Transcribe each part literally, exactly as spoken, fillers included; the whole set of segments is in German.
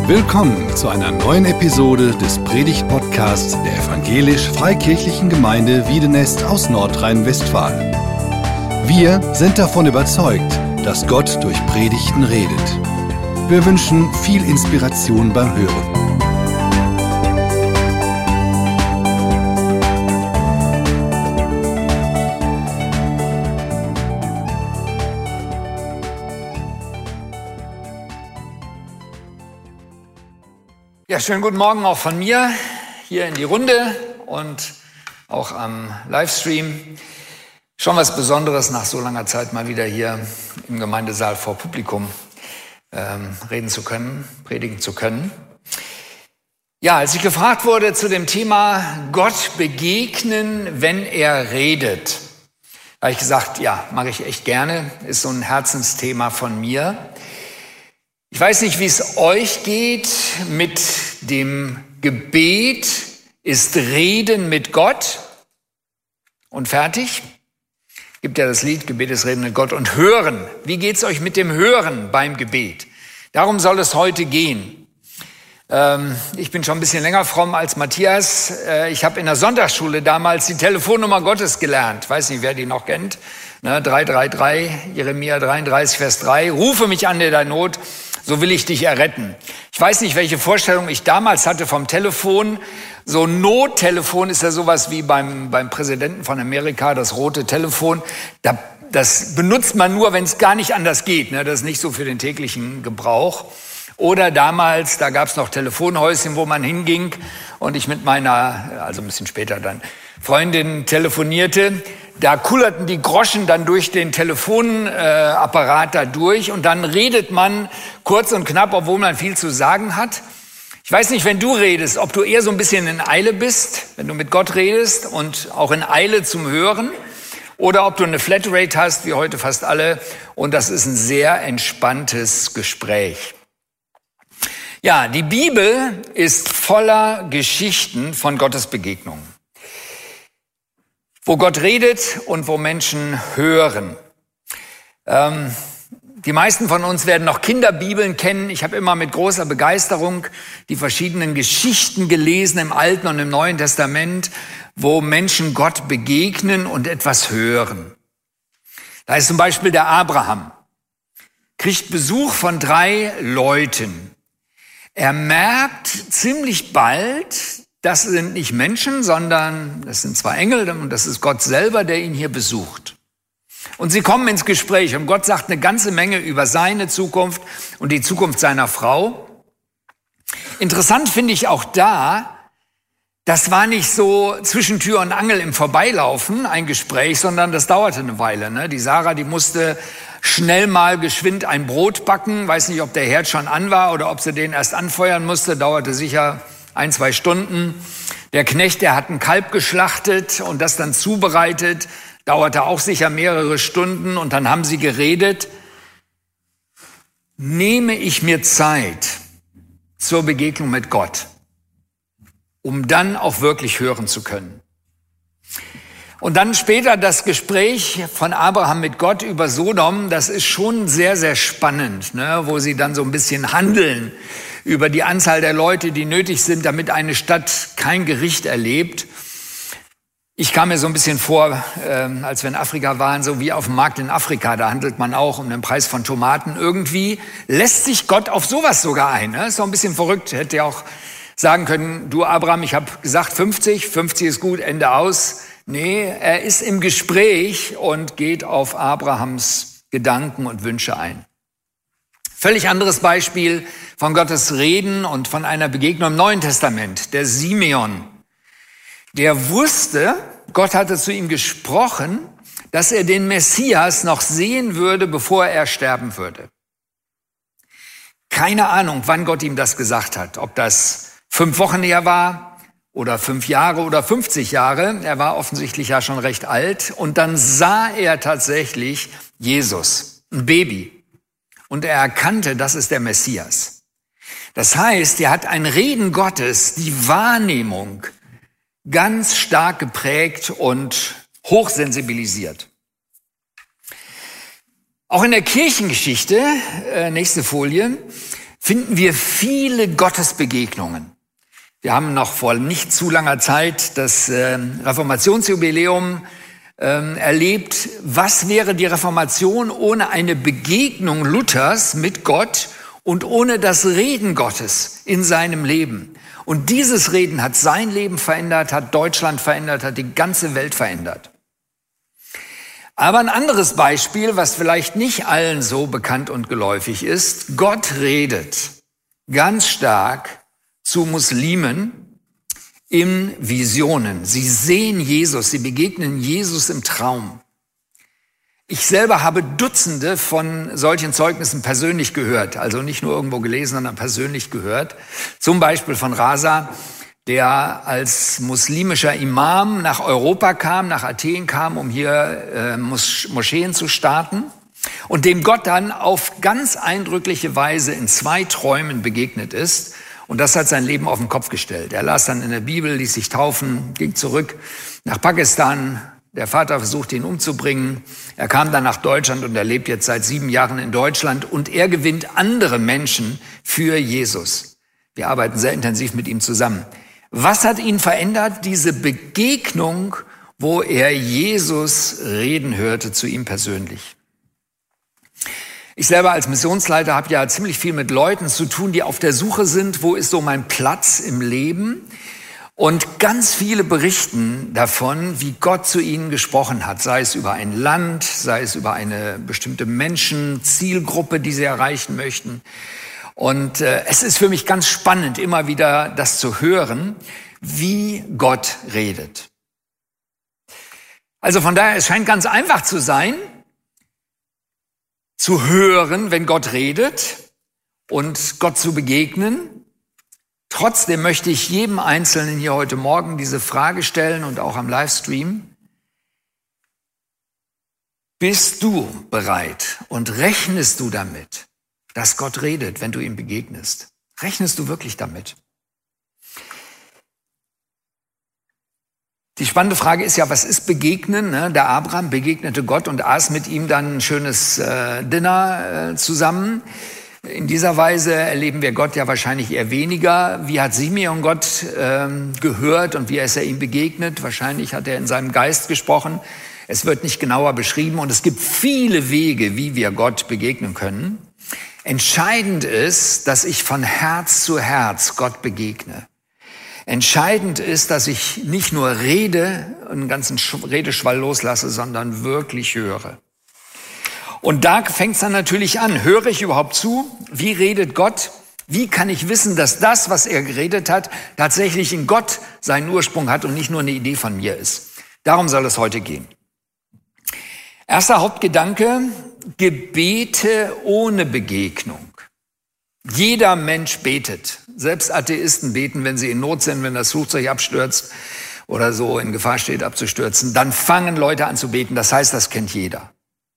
Willkommen zu einer neuen Episode des Predigt-Podcasts der Evangelisch-Freikirchlichen Gemeinde Wiedenest aus Nordrhein-Westfalen. Wir sind davon überzeugt, dass Gott durch Predigten redet. Wir wünschen viel Inspiration beim Hören. Ja, schönen guten Morgen auch von mir hier in die Runde und auch am Livestream. Schon was Besonderes, nach so langer Zeit mal wieder hier im Gemeindesaal vor Publikum ähm, reden zu können, predigen zu können. Ja, als ich gefragt wurde zu dem Thema Gott begegnen, wenn er redet, habe ich gesagt, ja, mache ich echt gerne, ist so ein Herzensthema von mir. Ich weiß nicht, wie es euch geht mit dem Gebet, ist Reden mit Gott und fertig. Gibt ja das Lied, Gebet ist Reden mit Gott und Hören. Wie geht es euch mit dem Hören beim Gebet? Darum soll es heute gehen. Ähm, ich bin schon ein bisschen länger fromm als Matthias. Äh, ich habe in der Sonntagsschule damals die Telefonnummer Gottes gelernt. Weiß nicht, wer die noch kennt. Ne, drei drei drei, Jeremia dreiunddreißig, Vers drei. Rufe mich an in der Not, so will ich dich erretten. Ich weiß nicht, welche Vorstellung ich damals hatte vom Telefon. So ein Nottelefon ist ja sowas wie beim, beim Präsidenten von Amerika, das rote Telefon. Da, das benutzt man nur, wenn es gar nicht anders geht. Ne? Das ist nicht so für den täglichen Gebrauch. Oder damals, da gab es noch Telefonhäuschen, wo man hinging und ich mit meiner, also ein bisschen später dann, Freundin telefonierte. Da kullerten die Groschen dann durch den Telefonapparat da durch und dann redet man kurz und knapp, obwohl man viel zu sagen hat. Ich weiß nicht, wenn du redest, ob du eher so ein bisschen in Eile bist, wenn du mit Gott redest und auch in Eile zum Hören, oder ob du eine Flatrate hast, wie heute fast alle, und das ist ein sehr entspanntes Gespräch. Ja, die Bibel ist voller Geschichten von Gottes Begegnungen, wo Gott redet und wo Menschen hören. Ähm, die meisten von uns werden noch Kinderbibeln kennen. Ich habe immer mit großer Begeisterung die verschiedenen Geschichten gelesen im Alten und im Neuen Testament, wo Menschen Gott begegnen und etwas hören. Da ist zum Beispiel der Abraham, kriegt Besuch von drei Leuten. Er merkt ziemlich bald, das sind nicht Menschen, sondern das sind zwei Engel und das ist Gott selber, der ihn hier besucht. Und sie kommen ins Gespräch und Gott sagt eine ganze Menge über seine Zukunft und die Zukunft seiner Frau. Interessant finde ich auch da, das war nicht so zwischen Tür und Angel im Vorbeilaufen ein Gespräch, sondern das dauerte eine Weile. Ne? Die Sarah, die musste schnell mal geschwind ein Brot backen. Weiß nicht, ob der Herd schon an war oder ob sie den erst anfeuern musste. Dauerte sicher ein, zwei Stunden. Der Knecht, der hat ein Kalb geschlachtet und das dann zubereitet. Dauerte auch sicher mehrere Stunden und dann haben sie geredet. Nehme ich mir Zeit zur Begegnung mit Gott, um dann auch wirklich hören zu können. Und dann später das Gespräch von Abraham mit Gott über Sodom, das ist schon sehr, sehr spannend, ne? Wo sie dann so ein bisschen handeln über die Anzahl der Leute, die nötig sind, damit eine Stadt kein Gericht erlebt. Ich kam mir so ein bisschen vor, äh, als wir in Afrika waren, so wie auf dem Markt in Afrika, da handelt man auch um den Preis von Tomaten. Irgendwie lässt sich Gott auf sowas sogar ein. Ne? Ist doch ein bisschen verrückt, hätte ja auch sagen können, du Abraham, ich habe gesagt fünfzig, fünfzig ist gut, Ende aus. Nee, er ist im Gespräch und geht auf Abrahams Gedanken und Wünsche ein. Völlig anderes Beispiel von Gottes Reden und von einer Begegnung im Neuen Testament, der Simeon. Der wusste, Gott hatte zu ihm gesprochen, dass er den Messias noch sehen würde, bevor er sterben würde. Keine Ahnung, wann Gott ihm das gesagt hat, ob das fünf Wochen her war oder fünf Jahre oder fünfzig Jahre. Er war offensichtlich ja schon recht alt. Und dann sah er tatsächlich Jesus, ein Baby. Und er erkannte, das ist der Messias. Das heißt, er hat ein Reden Gottes, die Wahrnehmung, ganz stark geprägt und hochsensibilisiert. Auch in der Kirchengeschichte, äh, nächste Folie, finden wir viele Gottesbegegnungen. Wir haben noch vor nicht zu langer Zeit das äh, Reformationsjubiläum äh, erlebt. Was wäre die Reformation ohne eine Begegnung Luthers mit Gott und ohne das Reden Gottes in seinem Leben? Und dieses Reden hat sein Leben verändert, hat Deutschland verändert, hat die ganze Welt verändert. Aber ein anderes Beispiel, was vielleicht nicht allen so bekannt und geläufig ist: Gott redet ganz stark zu Muslimen in Visionen. Sie sehen Jesus, sie begegnen Jesus im Traum. Ich selber habe Dutzende von solchen Zeugnissen persönlich gehört, also nicht nur irgendwo gelesen, sondern persönlich gehört. Zum Beispiel von Rasa, der als muslimischer Imam nach Europa kam, nach Athen kam, um hier äh, Mos- Moscheen zu starten, und dem Gott dann auf ganz eindrückliche Weise in zwei Träumen begegnet ist. Und das hat sein Leben auf den Kopf gestellt. Er las dann in der Bibel, ließ sich taufen, ging zurück nach Pakistan. Der Vater versuchte ihn umzubringen. Er kam dann nach Deutschland und er lebt jetzt seit sieben Jahren in Deutschland. Und er gewinnt andere Menschen für Jesus. Wir arbeiten sehr intensiv mit ihm zusammen. Was hat ihn verändert? Diese Begegnung, wo er Jesus reden hörte, zu ihm persönlich. Ich selber als Missionsleiter habe ja ziemlich viel mit Leuten zu tun, die auf der Suche sind, wo ist so mein Platz im Leben? Und ganz viele berichten davon, wie Gott zu ihnen gesprochen hat, sei es über ein Land, sei es über eine bestimmte Menschen-Zielgruppe, die sie erreichen möchten. Und äh, es ist für mich ganz spannend, immer wieder das zu hören, wie Gott redet. Also von daher, es scheint ganz einfach zu sein, zu hören, wenn Gott redet und Gott zu begegnen. Trotzdem möchte ich jedem Einzelnen hier heute Morgen diese Frage stellen und auch am Livestream. Bist du bereit und rechnest du damit, dass Gott redet, wenn du ihm begegnest? Rechnest du wirklich damit? Die spannende Frage ist ja, was ist Begegnen? Ne? Der Abraham begegnete Gott und aß mit ihm dann ein schönes äh, Dinner äh, zusammen. In dieser Weise erleben wir Gott ja wahrscheinlich eher weniger. Wie hat Simeon Gott äh, gehört und wie ist er ihm begegnet? Wahrscheinlich hat er in seinem Geist gesprochen. Es wird nicht genauer beschrieben und es gibt viele Wege, wie wir Gott begegnen können. Entscheidend ist, dass ich von Herz zu Herz Gott begegne. Entscheidend ist, dass ich nicht nur rede, einen ganzen Redeschwall loslasse, sondern wirklich höre. Und da fängt es dann natürlich an. Höre ich überhaupt zu? Wie redet Gott? Wie kann ich wissen, dass das, was er geredet hat, tatsächlich in Gott seinen Ursprung hat und nicht nur eine Idee von mir ist? Darum soll es heute gehen. Erster Hauptgedanke: Gebete ohne Begegnung. Jeder Mensch betet. Selbst Atheisten beten, wenn sie in Not sind, wenn das Flugzeug abstürzt oder so in Gefahr steht, abzustürzen. Dann fangen Leute an zu beten. Das heißt, das kennt jeder.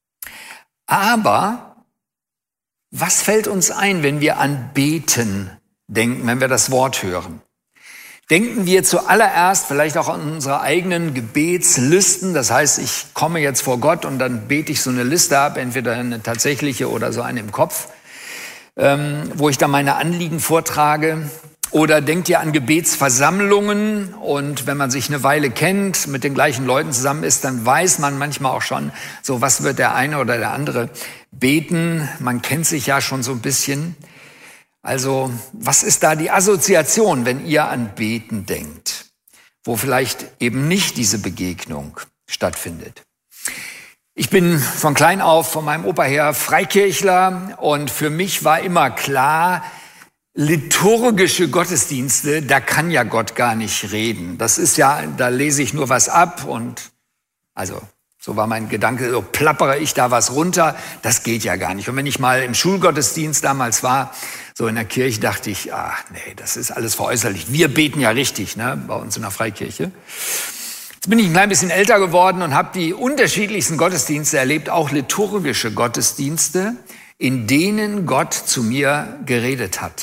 Aber was fällt uns ein, wenn wir an Beten denken, wenn wir das Wort hören? Denken wir zuallererst vielleicht auch an unsere eigenen Gebetslisten. Das heißt, ich komme jetzt vor Gott und dann bete ich so eine Liste ab, entweder eine tatsächliche oder so eine im Kopf, ähm, wo ich dann meine Anliegen vortrage. Oder denkt ihr an Gebetsversammlungen, und wenn man sich eine Weile kennt, mit den gleichen Leuten zusammen ist, dann weiß man manchmal auch schon, so was wird der eine oder der andere beten. Man kennt sich ja schon so ein bisschen. Also was ist da die Assoziation, wenn ihr an Beten denkt, wo vielleicht eben nicht diese Begegnung stattfindet? Ich bin von klein auf, von meinem Opa her, Freikirchler, und für mich war immer klar, liturgische Gottesdienste, da kann ja Gott gar nicht reden. Das ist ja, da lese ich nur was ab und also so war mein Gedanke, so plappere ich da was runter, das geht ja gar nicht. Und wenn ich mal im Schulgottesdienst damals war, so in der Kirche, dachte ich, ach nee, das ist alles veräußerlicht. Wir beten ja richtig, ne, bei uns in der Freikirche. Jetzt bin ich ein klein bisschen älter geworden und habe die unterschiedlichsten Gottesdienste erlebt, auch liturgische Gottesdienste, in denen Gott zu mir geredet hat.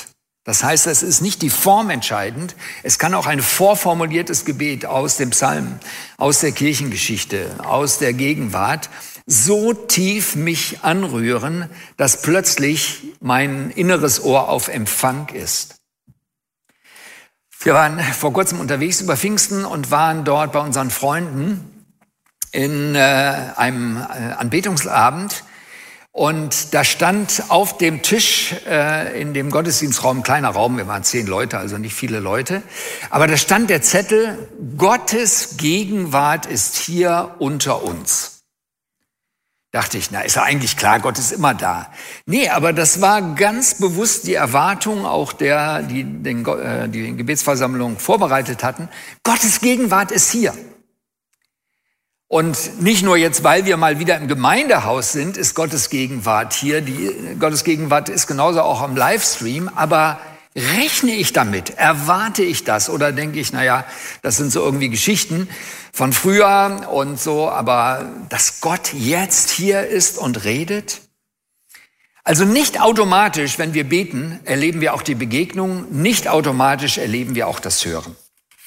Das heißt, es ist nicht die Form entscheidend. Es kann auch ein vorformuliertes Gebet aus dem Psalm, aus der Kirchengeschichte, aus der Gegenwart so tief mich anrühren, dass plötzlich mein inneres Ohr auf Empfang ist. Wir waren vor kurzem unterwegs über Pfingsten und waren dort bei unseren Freunden in äh, einem äh, Anbetungsabend. Und da stand auf dem Tisch äh, in dem Gottesdienstraum, ein kleiner Raum, wir waren zehn Leute, also nicht viele Leute, aber da stand der Zettel, Gottes Gegenwart ist hier unter uns. Dachte ich, na, ist ja eigentlich klar, Gott ist immer da. Nee, aber das war ganz bewusst die Erwartung auch der, die den, äh, die Gebetsversammlung vorbereitet hatten. Gottes Gegenwart ist hier. Und nicht nur jetzt, weil wir mal wieder im Gemeindehaus sind, ist Gottes Gegenwart hier. Die Gottes Gegenwart ist genauso auch am Livestream. Aber rechne ich damit? Erwarte ich das? Oder denke ich, naja, das sind so irgendwie Geschichten von früher und so. Aber dass Gott jetzt hier ist und redet? Also nicht automatisch, wenn wir beten, erleben wir auch die Begegnung. Nicht automatisch erleben wir auch das Hören.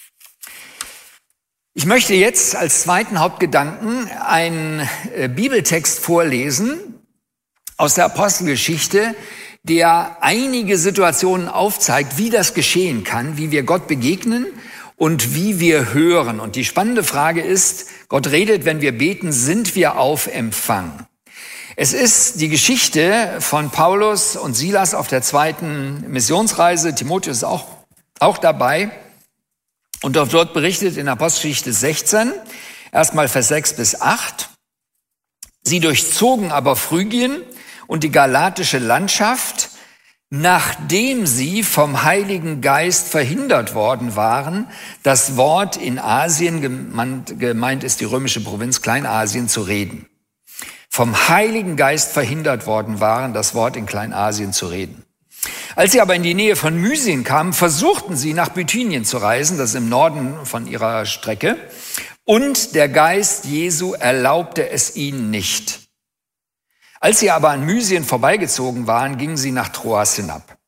Ich möchte jetzt als zweiten Hauptgedanken einen Bibeltext vorlesen aus der Apostelgeschichte, der einige Situationen aufzeigt, wie das geschehen kann, wie wir Gott begegnen und wie wir hören. Und die spannende Frage ist, Gott redet, wenn wir beten, sind wir auf Empfang? Es ist die Geschichte von Paulus und Silas auf der zweiten Missionsreise. Timotheus ist auch, auch dabei. Und dort berichtet in Apostelgeschichte sechzehn, erstmal Vers sechs bis acht. Sie durchzogen aber Phrygien und die galatische Landschaft, nachdem sie vom Heiligen Geist verhindert worden waren, das Wort in Asien, gemeint, gemeint ist die römische Provinz Kleinasien, zu reden. Vom Heiligen Geist verhindert worden waren, das Wort in Kleinasien zu reden. Als sie aber in die Nähe von Mysien kamen, versuchten sie nach Bithynien zu reisen, das ist im Norden von ihrer Strecke, und der Geist Jesu erlaubte es ihnen nicht. Als sie aber an Mysien vorbeigezogen waren, gingen sie nach Troas hinab.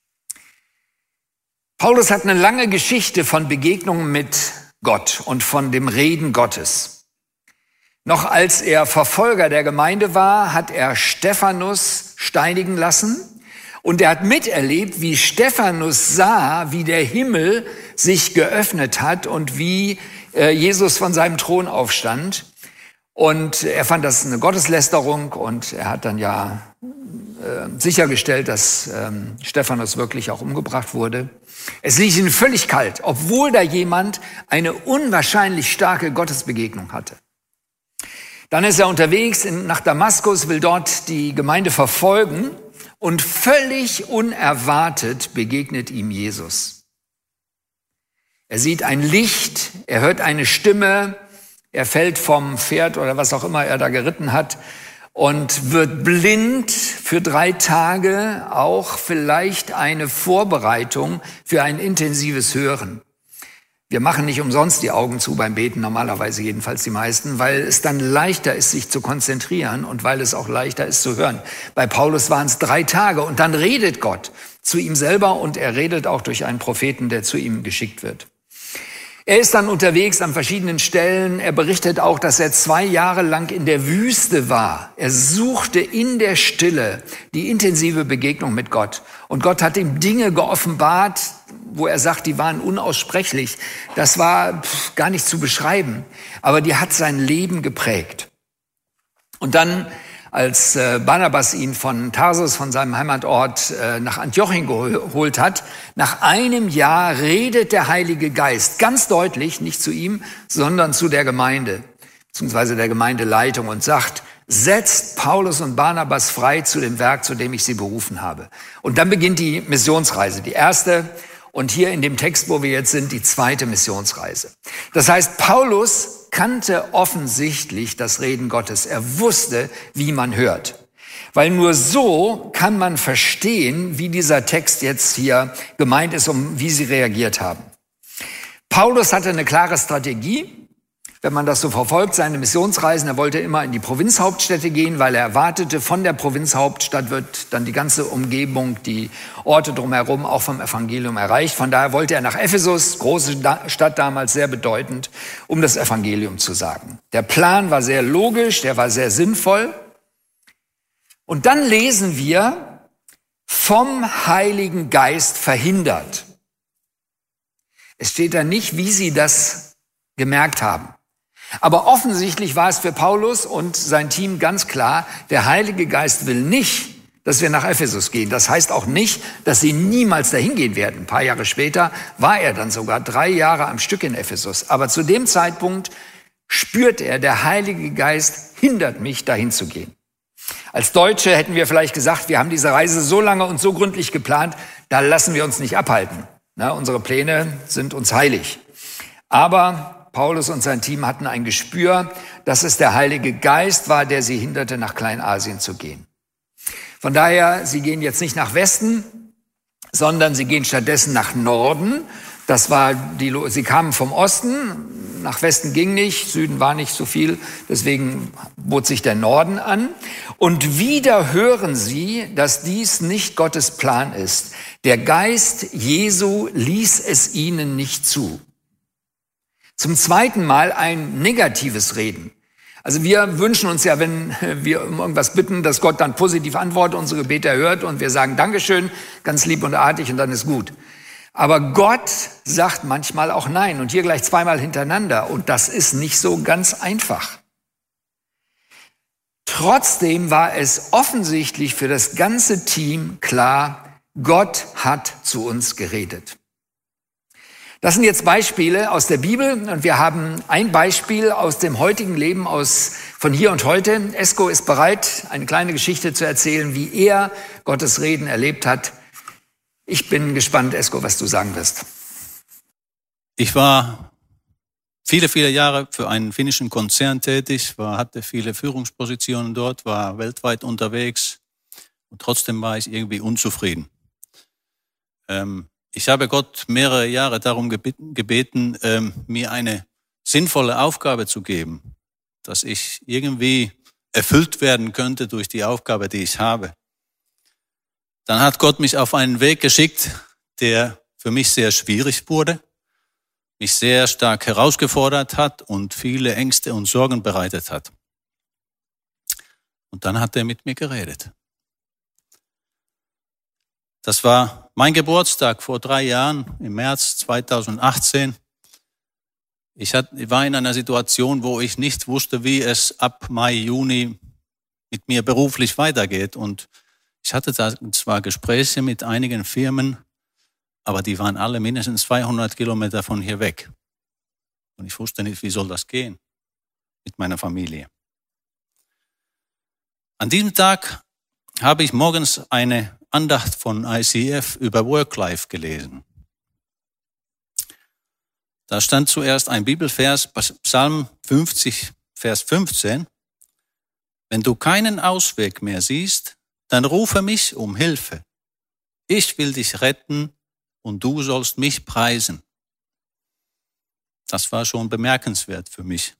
Paulus hat eine lange Geschichte von Begegnungen mit Gott und von dem Reden Gottes. Noch als er Verfolger der Gemeinde war, hat er Stephanus steinigen lassen. Und er hat miterlebt, wie Stephanus sah, wie der Himmel sich geöffnet hat und wie Jesus von seinem Thron aufstand. Und er fand das eine Gotteslästerung und er hat dann ja äh, sichergestellt, dass ähm, Stephanus wirklich auch umgebracht wurde. Es ließ ihn völlig kalt, obwohl da jemand eine unwahrscheinlich starke Gottesbegegnung hatte. Dann ist er unterwegs in, nach Damaskus, will dort die Gemeinde verfolgen. Und völlig unerwartet begegnet ihm Jesus. Er sieht ein Licht, er hört eine Stimme, er fällt vom Pferd oder was auch immer er da geritten hat und wird blind für drei Tage, auch vielleicht eine Vorbereitung für ein intensives Hören. Wir machen nicht umsonst die Augen zu beim Beten, normalerweise jedenfalls die meisten, weil es dann leichter ist, sich zu konzentrieren und weil es auch leichter ist zu hören. Bei Paulus waren es drei Tage und dann redet Gott zu ihm selber und er redet auch durch einen Propheten, der zu ihm geschickt wird. Er ist dann unterwegs an verschiedenen Stellen. Er berichtet auch, dass er zwei Jahre lang in der Wüste war. Er suchte in der Stille die intensive Begegnung mit Gott. Und Gott hat ihm Dinge geoffenbart, wo er sagt, die waren unaussprechlich. Das war pff, gar nicht zu beschreiben. Aber die hat sein Leben geprägt. Und dann, als Barnabas ihn von Tarsus, von seinem Heimatort, nach Antiochien geholt hat, nach einem Jahr redet der Heilige Geist ganz deutlich, nicht zu ihm, sondern zu der Gemeinde, beziehungsweise der Gemeindeleitung und sagt, setzt Paulus und Barnabas frei zu dem Werk, zu dem ich sie berufen habe. Und dann beginnt die Missionsreise, die erste und hier in dem Text, wo wir jetzt sind, die zweite Missionsreise. Das heißt, Paulus kannte offensichtlich das Reden Gottes. Er wusste, wie man hört. Weil nur so kann man verstehen, wie dieser Text jetzt hier gemeint ist und wie sie reagiert haben. Paulus hatte eine klare Strategie. wenn man das so verfolgt, seine Missionsreisen. Er wollte immer in die Provinzhauptstädte gehen, weil er erwartete, von der Provinzhauptstadt wird dann die ganze Umgebung, die Orte drumherum auch vom Evangelium erreicht. Von daher wollte er nach Ephesus, große Stadt damals, sehr bedeutend, um das Evangelium zu sagen. Der Plan war sehr logisch, der war sehr sinnvoll. Und dann lesen wir, vom Heiligen Geist verhindert. Es steht da nicht, wie sie das gemerkt haben. Aber offensichtlich war es für Paulus und sein Team ganz klar, der Heilige Geist will nicht, dass wir nach Ephesus gehen. Das heißt auch nicht, dass sie niemals dahin gehen werden. Ein paar Jahre später war er dann sogar drei Jahre am Stück in Ephesus. Aber zu dem Zeitpunkt spürt er, der Heilige Geist hindert mich, dahin zu gehen. Als Deutsche hätten wir vielleicht gesagt, wir haben diese Reise so lange und so gründlich geplant, da lassen wir uns nicht abhalten. Na, unsere Pläne sind uns heilig. Aber Paulus und sein Team hatten ein Gespür, dass es der Heilige Geist war, der sie hinderte, nach Kleinasien zu gehen. Von daher, sie gehen jetzt nicht nach Westen, sondern sie gehen stattdessen nach Norden. Das war die, sie kamen vom Osten, nach Westen ging nicht, Süden war nicht so viel, deswegen bot sich der Norden an. Und wieder hören sie, dass dies nicht Gottes Plan ist. Der Geist Jesu ließ es ihnen nicht zu. Zum zweiten Mal ein negatives Reden. Also wir wünschen uns ja, wenn wir um irgendwas bitten, dass Gott dann positiv antwortet, unsere Gebete erhört und wir sagen Dankeschön, ganz lieb und artig und dann ist gut. Aber Gott sagt manchmal auch Nein und hier gleich zweimal hintereinander und das ist nicht so ganz einfach. Trotzdem war es offensichtlich für das ganze Team klar, Gott hat zu uns geredet. Das sind jetzt Beispiele aus der Bibel und wir haben ein Beispiel aus dem heutigen Leben, aus, von hier und heute. Esko ist bereit, eine kleine Geschichte zu erzählen, wie er Gottes Reden erlebt hat. Ich bin gespannt, Esko, was du sagen wirst. Ich war viele, viele Jahre für einen finnischen Konzern tätig, war, hatte viele Führungspositionen dort, war weltweit unterwegs und trotzdem war ich irgendwie unzufrieden. Ähm, Ich habe Gott mehrere Jahre darum gebeten, gebeten ähm, mir eine sinnvolle Aufgabe zu geben, dass ich irgendwie erfüllt werden könnte durch die Aufgabe, die ich habe. Dann hat Gott mich auf einen Weg geschickt, der für mich sehr schwierig wurde, mich sehr stark herausgefordert hat und viele Ängste und Sorgen bereitet hat. Und dann hat er mit mir geredet. Das war mein Geburtstag vor drei Jahren, im März zweitausendachtzehn. Ich war in einer Situation, wo ich nicht wusste, wie es ab Mai, Juni mit mir beruflich weitergeht. Und ich hatte da zwar Gespräche mit einigen Firmen, aber die waren alle mindestens zweihundert Kilometer von hier weg. Und ich wusste nicht, wie soll das gehen mit meiner Familie. An diesem Tag habe ich morgens eine Andacht von I C F über Work-Life gelesen. Da stand zuerst ein Bibelvers, Psalm fünfzig, Vers fünfzehn. Wenn du keinen Ausweg mehr siehst, dann rufe mich um Hilfe. Ich will dich retten und du sollst mich preisen. Das war schon bemerkenswert für mich.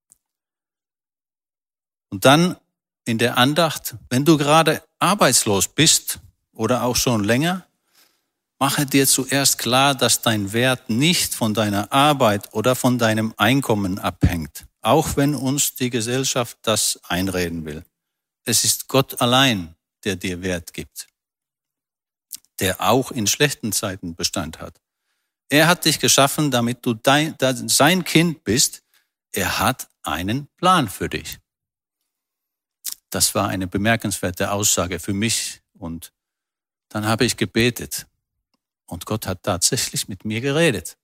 Und dann in der Andacht, wenn du gerade arbeitslos bist oder auch schon länger, mache dir zuerst klar, dass dein Wert nicht von deiner Arbeit oder von deinem Einkommen abhängt, auch wenn uns die Gesellschaft das einreden will. Es ist Gott allein, der dir Wert gibt, der auch in schlechten Zeiten Bestand hat. Er hat dich geschaffen, damit du dein, sein Kind bist. Er hat einen Plan für dich. Das war eine bemerkenswerte Aussage für mich. Und dann habe ich gebetet. Und Gott hat tatsächlich mit mir geredet.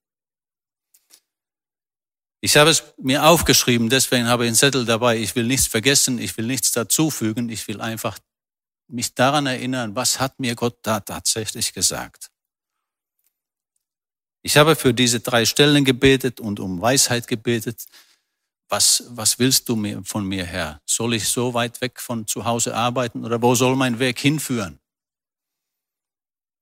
Ich habe es mir aufgeschrieben, deswegen habe ich einen Zettel dabei. Ich will nichts vergessen, ich will nichts dazufügen. Ich will einfach mich daran erinnern, was hat mir Gott da tatsächlich gesagt. Ich habe für diese drei Stellen gebetet und um Weisheit gebetet. Was, was willst du mir, von mir her? Soll ich so weit weg von zu Hause arbeiten oder wo soll mein Weg hinführen?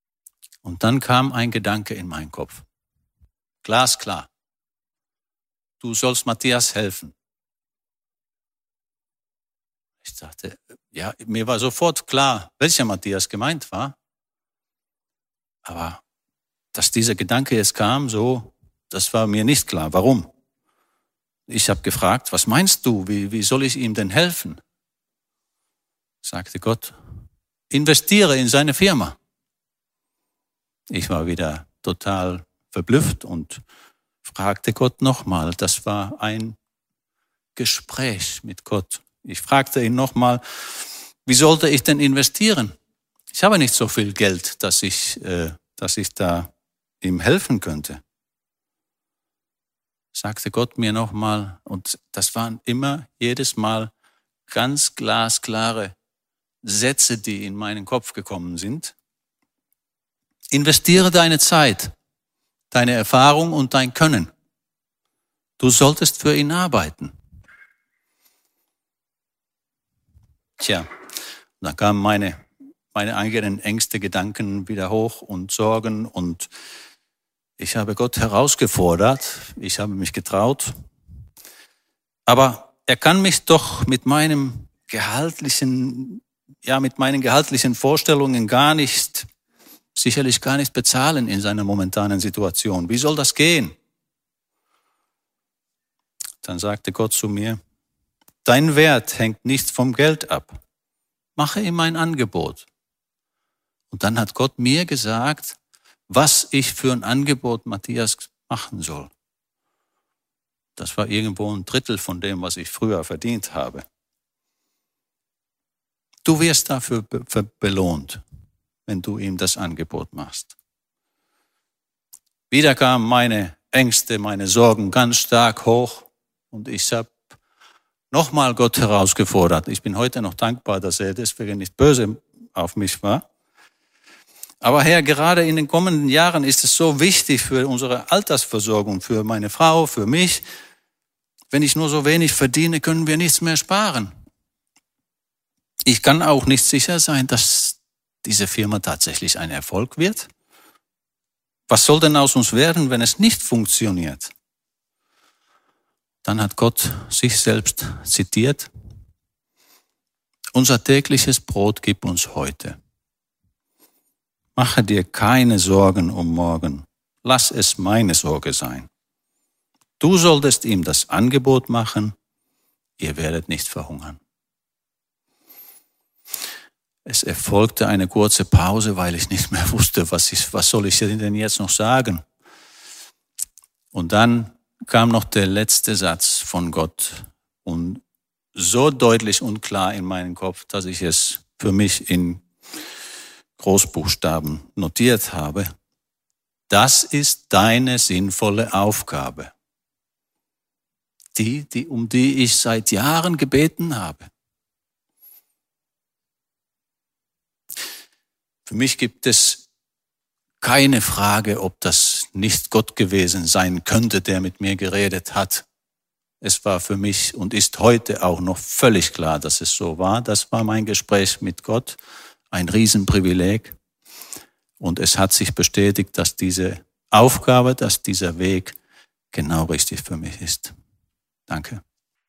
Und dann kam ein Gedanke in meinen Kopf. Glasklar. du sollst Matthias helfen. Ich dachte, ja, mir war sofort klar, welcher Matthias gemeint war. Aber dass dieser Gedanke jetzt kam, so, das war mir nicht klar. Warum? Ich habe gefragt, was meinst du, wie, wie soll ich ihm denn helfen? Sagte Gott, investiere in seine Firma. Ich war wieder total verblüfft und fragte Gott nochmal. Das war ein Gespräch mit Gott. Ich fragte ihn nochmal, wie sollte ich denn investieren? Ich habe nicht so viel Geld, dass ich, äh, dass ich da ihm helfen könnte. Sagte Gott mir nochmal, und das waren immer jedes Mal ganz glasklare Sätze, die in meinen Kopf gekommen sind. Investiere deine Zeit, deine Erfahrung und dein Können. Du solltest für ihn arbeiten. Tja, da kamen meine, meine eigenen Ängste, Gedanken wieder hoch und Sorgen und ich habe Gott herausgefordert, ich habe mich getraut, aber er kann mich doch mit meinem gehaltlichen, ja, mit meinen gehaltlichen Vorstellungen gar nicht, sicherlich gar nicht bezahlen in seiner momentanen Situation. Wie soll das gehen? Dann sagte Gott zu mir, dein Wert hängt nicht vom Geld ab. Mache ihm ein Angebot. Und dann hat Gott mir gesagt, was ich für ein Angebot Matthias machen soll. Das war irgendwo ein Drittel von dem, was ich früher verdient habe. Du wirst dafür be- be- belohnt, wenn du ihm das Angebot machst. Wieder kamen meine Ängste, meine Sorgen ganz stark hoch und ich habe nochmal Gott herausgefordert. Ich bin heute noch dankbar, dass er deswegen nicht böse auf mich war. Aber Herr, gerade in den kommenden Jahren ist es so wichtig für unsere Altersversorgung, für meine Frau, für mich. Wenn ich nur so wenig verdiene, können wir nichts mehr sparen. Ich kann auch nicht sicher sein, dass diese Firma tatsächlich ein Erfolg wird. Was soll denn aus uns werden, wenn es nicht funktioniert? Dann hat Gott sich selbst zitiert. Unser tägliches Brot gib uns heute. Mache dir keine Sorgen um morgen. Lass es meine Sorge sein. Du solltest ihm das Angebot machen. Ihr werdet nicht verhungern. Es erfolgte eine kurze Pause, weil ich nicht mehr wusste, was, ich, was soll ich denn jetzt noch sagen. Und dann kam noch der letzte Satz von Gott und so deutlich und klar in meinen Kopf, dass ich es für mich in Großbuchstaben notiert habe. Das ist deine sinnvolle Aufgabe. Die, die, um die ich seit Jahren gebeten habe. Für mich gibt es keine Frage, ob das nicht Gott gewesen sein könnte, der mit mir geredet hat. Es war für mich und ist heute auch noch völlig klar, dass es so war. Das war mein Gespräch mit Gott, ein Riesenprivileg. Und es hat sich bestätigt, dass diese Aufgabe, dass dieser Weg genau richtig für mich ist. Danke.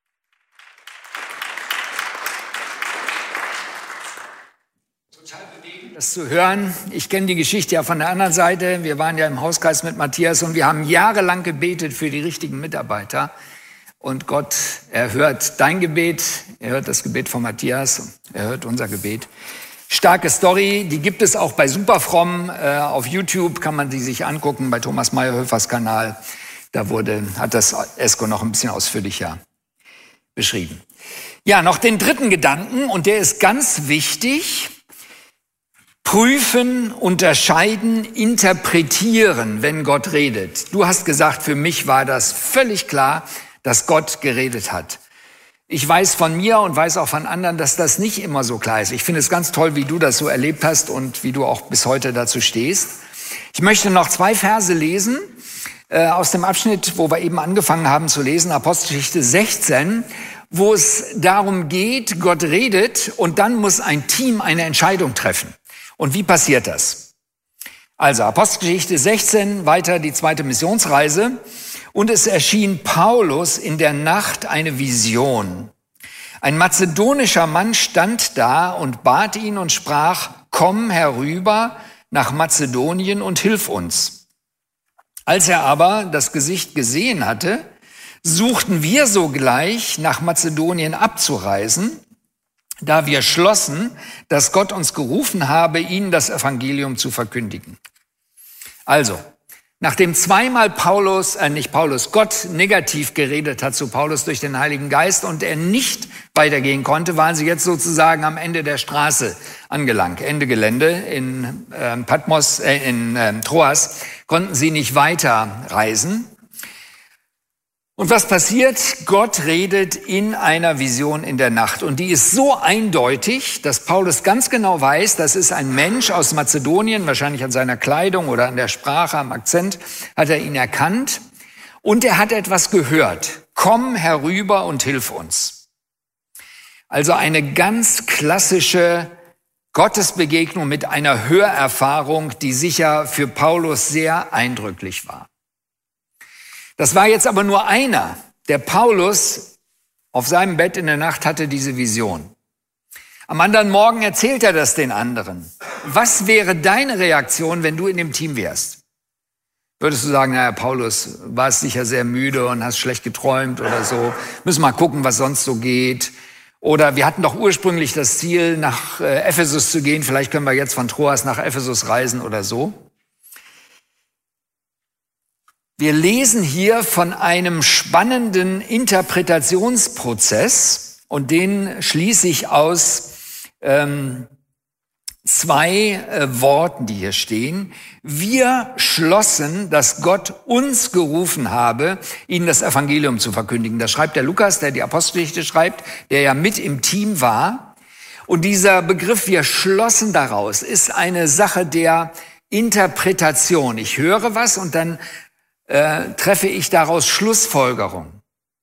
Das zu hören. Ich kenne die Geschichte ja von der anderen Seite. Wir waren ja im Hauskreis mit Matthias und wir haben jahrelang gebetet für die richtigen Mitarbeiter. Und Gott erhört dein Gebet, er hört das Gebet von Matthias, er hört unser Gebet. Starke Story, die gibt es auch bei Superfromm. Äh, auf YouTube kann man die sich angucken, bei Thomas Meyerhöfers Kanal. Da wurde, hat das Esko noch ein bisschen ausführlicher beschrieben. Ja, noch den dritten Gedanken und der ist ganz wichtig. Prüfen, unterscheiden, interpretieren, wenn Gott redet. Du hast gesagt, für mich war das völlig klar, dass Gott geredet hat. Ich weiß von mir und weiß auch von anderen, dass das nicht immer so klar ist. Ich finde es ganz toll, wie du das so erlebt hast und wie du auch bis heute dazu stehst. Ich möchte noch zwei Verse lesen äh, aus dem Abschnitt, wo wir eben angefangen haben zu lesen, Apostelgeschichte sechzehn, wo es darum geht, Gott redet und dann muss ein Team eine Entscheidung treffen. Und wie passiert das? Also Apostelgeschichte sechzehn, weiter die zweite Missionsreise. Und es erschien Paulus in der Nacht eine Vision. Ein mazedonischer Mann stand da und bat ihn und sprach, komm herüber nach Mazedonien und hilf uns. Als er aber das Gesicht gesehen hatte, suchten wir sogleich nach Mazedonien abzureisen, da wir schlossen, dass Gott uns gerufen habe, ihnen das Evangelium zu verkündigen. Also, nachdem zweimal Paulus, äh nicht Paulus, Gott negativ geredet hat zu Paulus durch den Heiligen Geist und er nicht weitergehen konnte, waren sie jetzt sozusagen am Ende der Straße angelangt. Ende Gelände in äh, Patmos, äh, in äh, Troas, konnten sie nicht weiterreisen. Und was passiert? Gott redet in einer Vision in der Nacht. Und die ist so eindeutig, dass Paulus ganz genau weiß, das ist ein Mensch aus Mazedonien, wahrscheinlich an seiner Kleidung oder an der Sprache, am Akzent, hat er ihn erkannt. Und er hat etwas gehört. Komm herüber und hilf uns. Also eine ganz klassische Gottesbegegnung mit einer Hörerfahrung, die sicher für Paulus sehr eindrücklich war. Das war jetzt aber nur einer. Der Paulus auf seinem Bett in der Nacht hatte diese Vision. Am anderen Morgen erzählt er das den anderen. Was wäre deine Reaktion, wenn du in dem Team wärst? Würdest du sagen, naja, Paulus, warst sicher sehr müde und hast schlecht geträumt oder so. Müssen mal gucken, was sonst so geht. Oder wir hatten doch ursprünglich das Ziel, nach Ephesus zu gehen. Vielleicht können wir jetzt von Troas nach Ephesus reisen oder so. Wir lesen hier von einem spannenden Interpretationsprozess und den schließe ich aus ähm, zwei äh, Worten, die hier stehen. Wir schlossen, dass Gott uns gerufen habe, ihnen das Evangelium zu verkündigen. Das schreibt der Lukas, der die Apostelgeschichte schreibt, der ja mit im Team war. Und dieser Begriff, wir schlossen daraus, ist eine Sache der Interpretation. Ich höre was und dann Äh, treffe ich daraus Schlussfolgerung.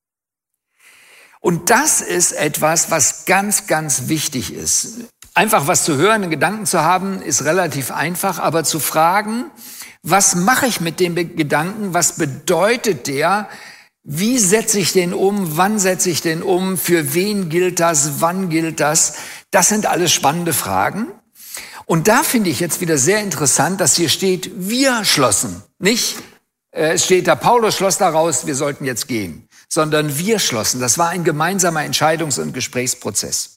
Und das ist etwas, was ganz, ganz wichtig ist. Einfach was zu hören, einen Gedanken zu haben, ist relativ einfach, aber zu fragen, was mache ich mit dem Gedanken, was bedeutet der, wie setze ich den um, wann setze ich den um, für wen gilt das, wann gilt das, das sind alles spannende Fragen. Und da finde ich jetzt wieder sehr interessant, dass hier steht, wir schlossen, nicht es steht da, Paulus schloss daraus, wir sollten jetzt gehen, sondern wir schlossen. Das war ein gemeinsamer Entscheidungs- und Gesprächsprozess,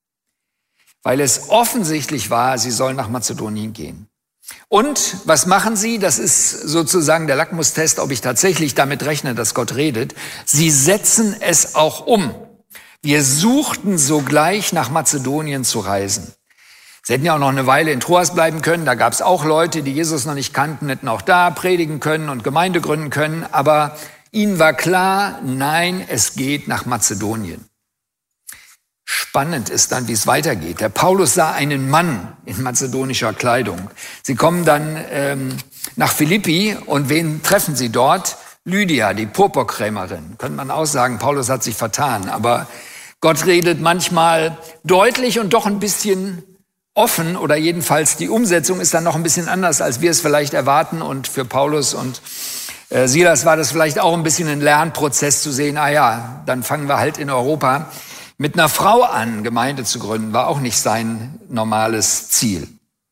weil es offensichtlich war, sie sollen nach Mazedonien gehen. Und was machen sie? Das ist sozusagen der Lackmustest, ob ich tatsächlich damit rechne, dass Gott redet. Sie setzen es auch um. Wir suchten sogleich nach Mazedonien zu reisen. Sie hätten ja auch noch eine Weile in Troas bleiben können. Da gab es auch Leute, die Jesus noch nicht kannten, hätten auch da predigen können und Gemeinde gründen können. Aber ihnen war klar, nein, es geht nach Mazedonien. Spannend ist dann, wie es weitergeht. Der Paulus sah einen Mann in mazedonischer Kleidung. Sie kommen dann ähm, nach Philippi und wen treffen sie dort? Lydia, die Purpurkrämerin. Könnte man auch sagen, Paulus hat sich vertan. Aber Gott redet manchmal deutlich und doch ein bisschen offen, oder jedenfalls die Umsetzung ist dann noch ein bisschen anders, als wir es vielleicht erwarten. Und für Paulus und äh, Silas war das vielleicht auch ein bisschen ein Lernprozess zu sehen, ah ja, dann fangen wir halt in Europa mit einer Frau an, Gemeinde zu gründen, war auch nicht sein normales Ziel.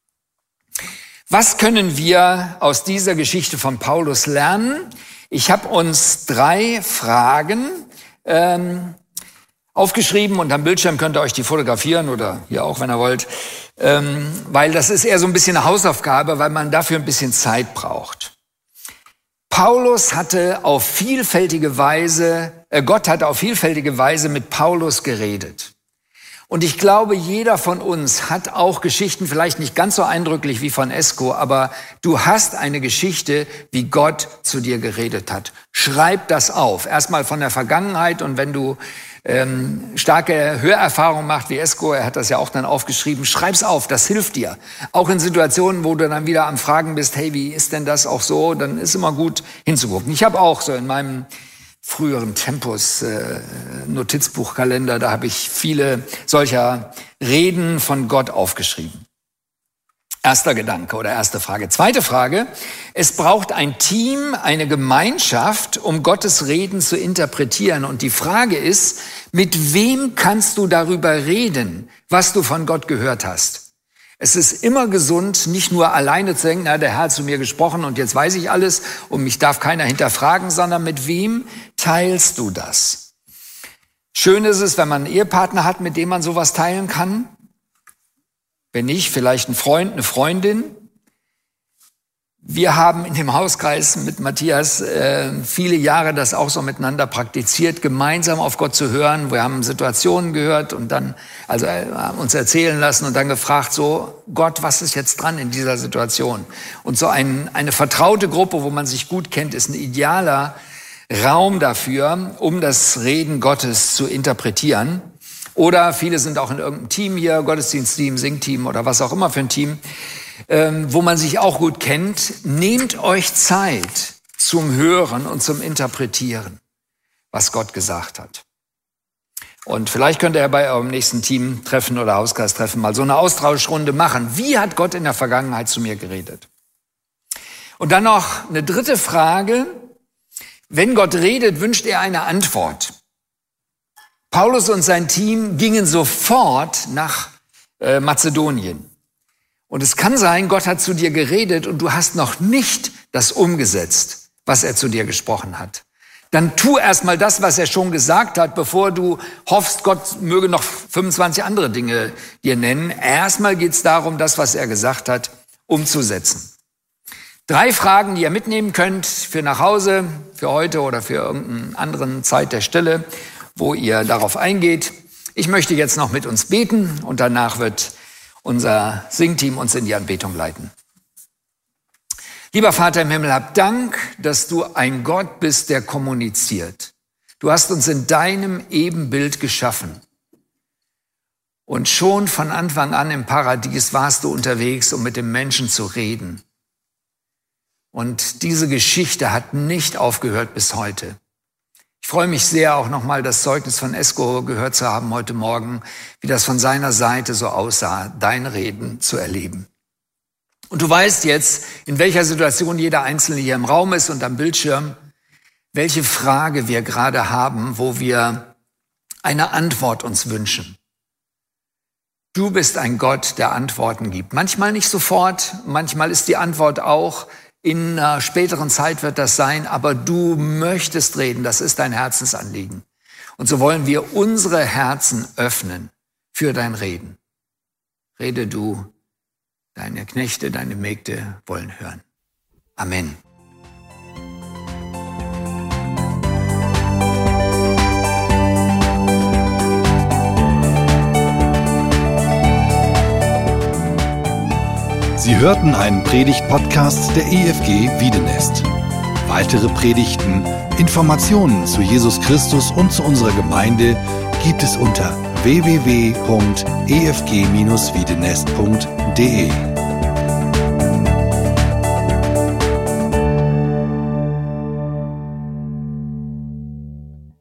Was können wir aus dieser Geschichte von Paulus lernen? Ich habe uns drei Fragen ähm, aufgeschrieben und am Bildschirm könnt ihr euch die fotografieren oder hier auch, wenn ihr wollt, ähm, weil das ist eher so ein bisschen eine Hausaufgabe, weil man dafür ein bisschen Zeit braucht. Paulus hatte auf vielfältige Weise, äh, Gott hatte auf vielfältige Weise mit Paulus geredet. Und ich glaube, jeder von uns hat auch Geschichten, vielleicht nicht ganz so eindrücklich wie von Esko, aber du hast eine Geschichte, wie Gott zu dir geredet hat. Schreib das auf. Erstmal von der Vergangenheit, und wenn du ähm, starke Hörerfahrung machst wie Esko, er hat das ja auch dann aufgeschrieben, schreib's auf, das hilft dir. Auch in Situationen, wo du dann wieder am Fragen bist, hey, wie ist denn das auch so? Dann ist immer gut hinzugucken. Ich habe auch so in meinem früheren Tempus äh, Notizbuchkalender, da habe ich viele solcher Reden von Gott aufgeschrieben. Erster Gedanke oder erste Frage. Zweite Frage. Es braucht ein Team, eine Gemeinschaft, um Gottes Reden zu interpretieren. Und die Frage ist, mit wem kannst du darüber reden, was du von Gott gehört hast? Es ist immer gesund, nicht nur alleine zu denken, na, der Herr hat zu mir gesprochen und jetzt weiß ich alles und mich darf keiner hinterfragen, sondern mit wem teilst du das? Schön ist es, wenn man einen Ehepartner hat, mit dem man sowas teilen kann. Wenn nicht, vielleicht ein Freund, eine Freundin. Wir haben in dem Hauskreis mit Matthias äh, viele Jahre das auch so miteinander praktiziert, gemeinsam auf Gott zu hören. Wir haben Situationen gehört und dann also äh, uns erzählen lassen und dann gefragt, so Gott, was ist jetzt dran in dieser Situation? Und so ein, eine vertraute Gruppe, wo man sich gut kennt, ist ein idealer Raum dafür, um das Reden Gottes zu interpretieren. Oder viele sind auch in irgendeinem Team hier, Gottesdienstteam, Singteam oder was auch immer für ein Team, ähm, wo man sich auch gut kennt. Nehmt euch Zeit zum Hören und zum Interpretieren, was Gott gesagt hat. Und vielleicht könnt ihr ja bei eurem nächsten Teamtreffen oder Hauskreistreffen mal so eine Austauschrunde machen. Wie hat Gott in der Vergangenheit zu mir geredet? Und dann noch eine dritte Frage. Wenn Gott redet, wünscht er eine Antwort. Paulus und sein Team gingen sofort nach äh, Mazedonien. Und es kann sein, Gott hat zu dir geredet und du hast noch nicht das umgesetzt, was er zu dir gesprochen hat. Dann tu erstmal das, was er schon gesagt hat, bevor du hoffst, Gott möge noch fünfundzwanzig andere Dinge dir nennen. Erstmal geht es darum, das, was er gesagt hat, umzusetzen. Drei Fragen, die ihr mitnehmen könnt für nach Hause, für heute oder für irgendeine andere Zeit der Stille, wo ihr darauf eingeht. Ich möchte jetzt noch mit uns beten und danach wird unser Singteam uns in die Anbetung leiten. Lieber Vater im Himmel, hab Dank, dass du ein Gott bist, der kommuniziert. Du hast uns in deinem Ebenbild geschaffen. Und schon von Anfang an im Paradies warst du unterwegs, um mit dem Menschen zu reden. Und diese Geschichte hat nicht aufgehört bis heute. Ich freue mich sehr, auch nochmal das Zeugnis von Esko gehört zu haben heute Morgen, wie das von seiner Seite so aussah, dein Reden zu erleben. Und du weißt jetzt, in welcher Situation jeder Einzelne hier im Raum ist und am Bildschirm, welche Frage wir gerade haben, wo wir eine Antwort uns wünschen. Du bist ein Gott, der Antworten gibt. Manchmal nicht sofort, manchmal ist die Antwort auch, in einer späteren Zeit wird das sein, aber du möchtest reden, das ist dein Herzensanliegen. Und so wollen wir unsere Herzen öffnen für dein Reden. Rede du, deine Knechte, deine Mägde wollen hören. Amen. Sie hörten einen Predigt-Podcast der E F G Wiedenest. Weitere Predigten, Informationen zu Jesus Christus und zu unserer Gemeinde gibt es unter w w w punkt e f g dash wiedenest punkt d e.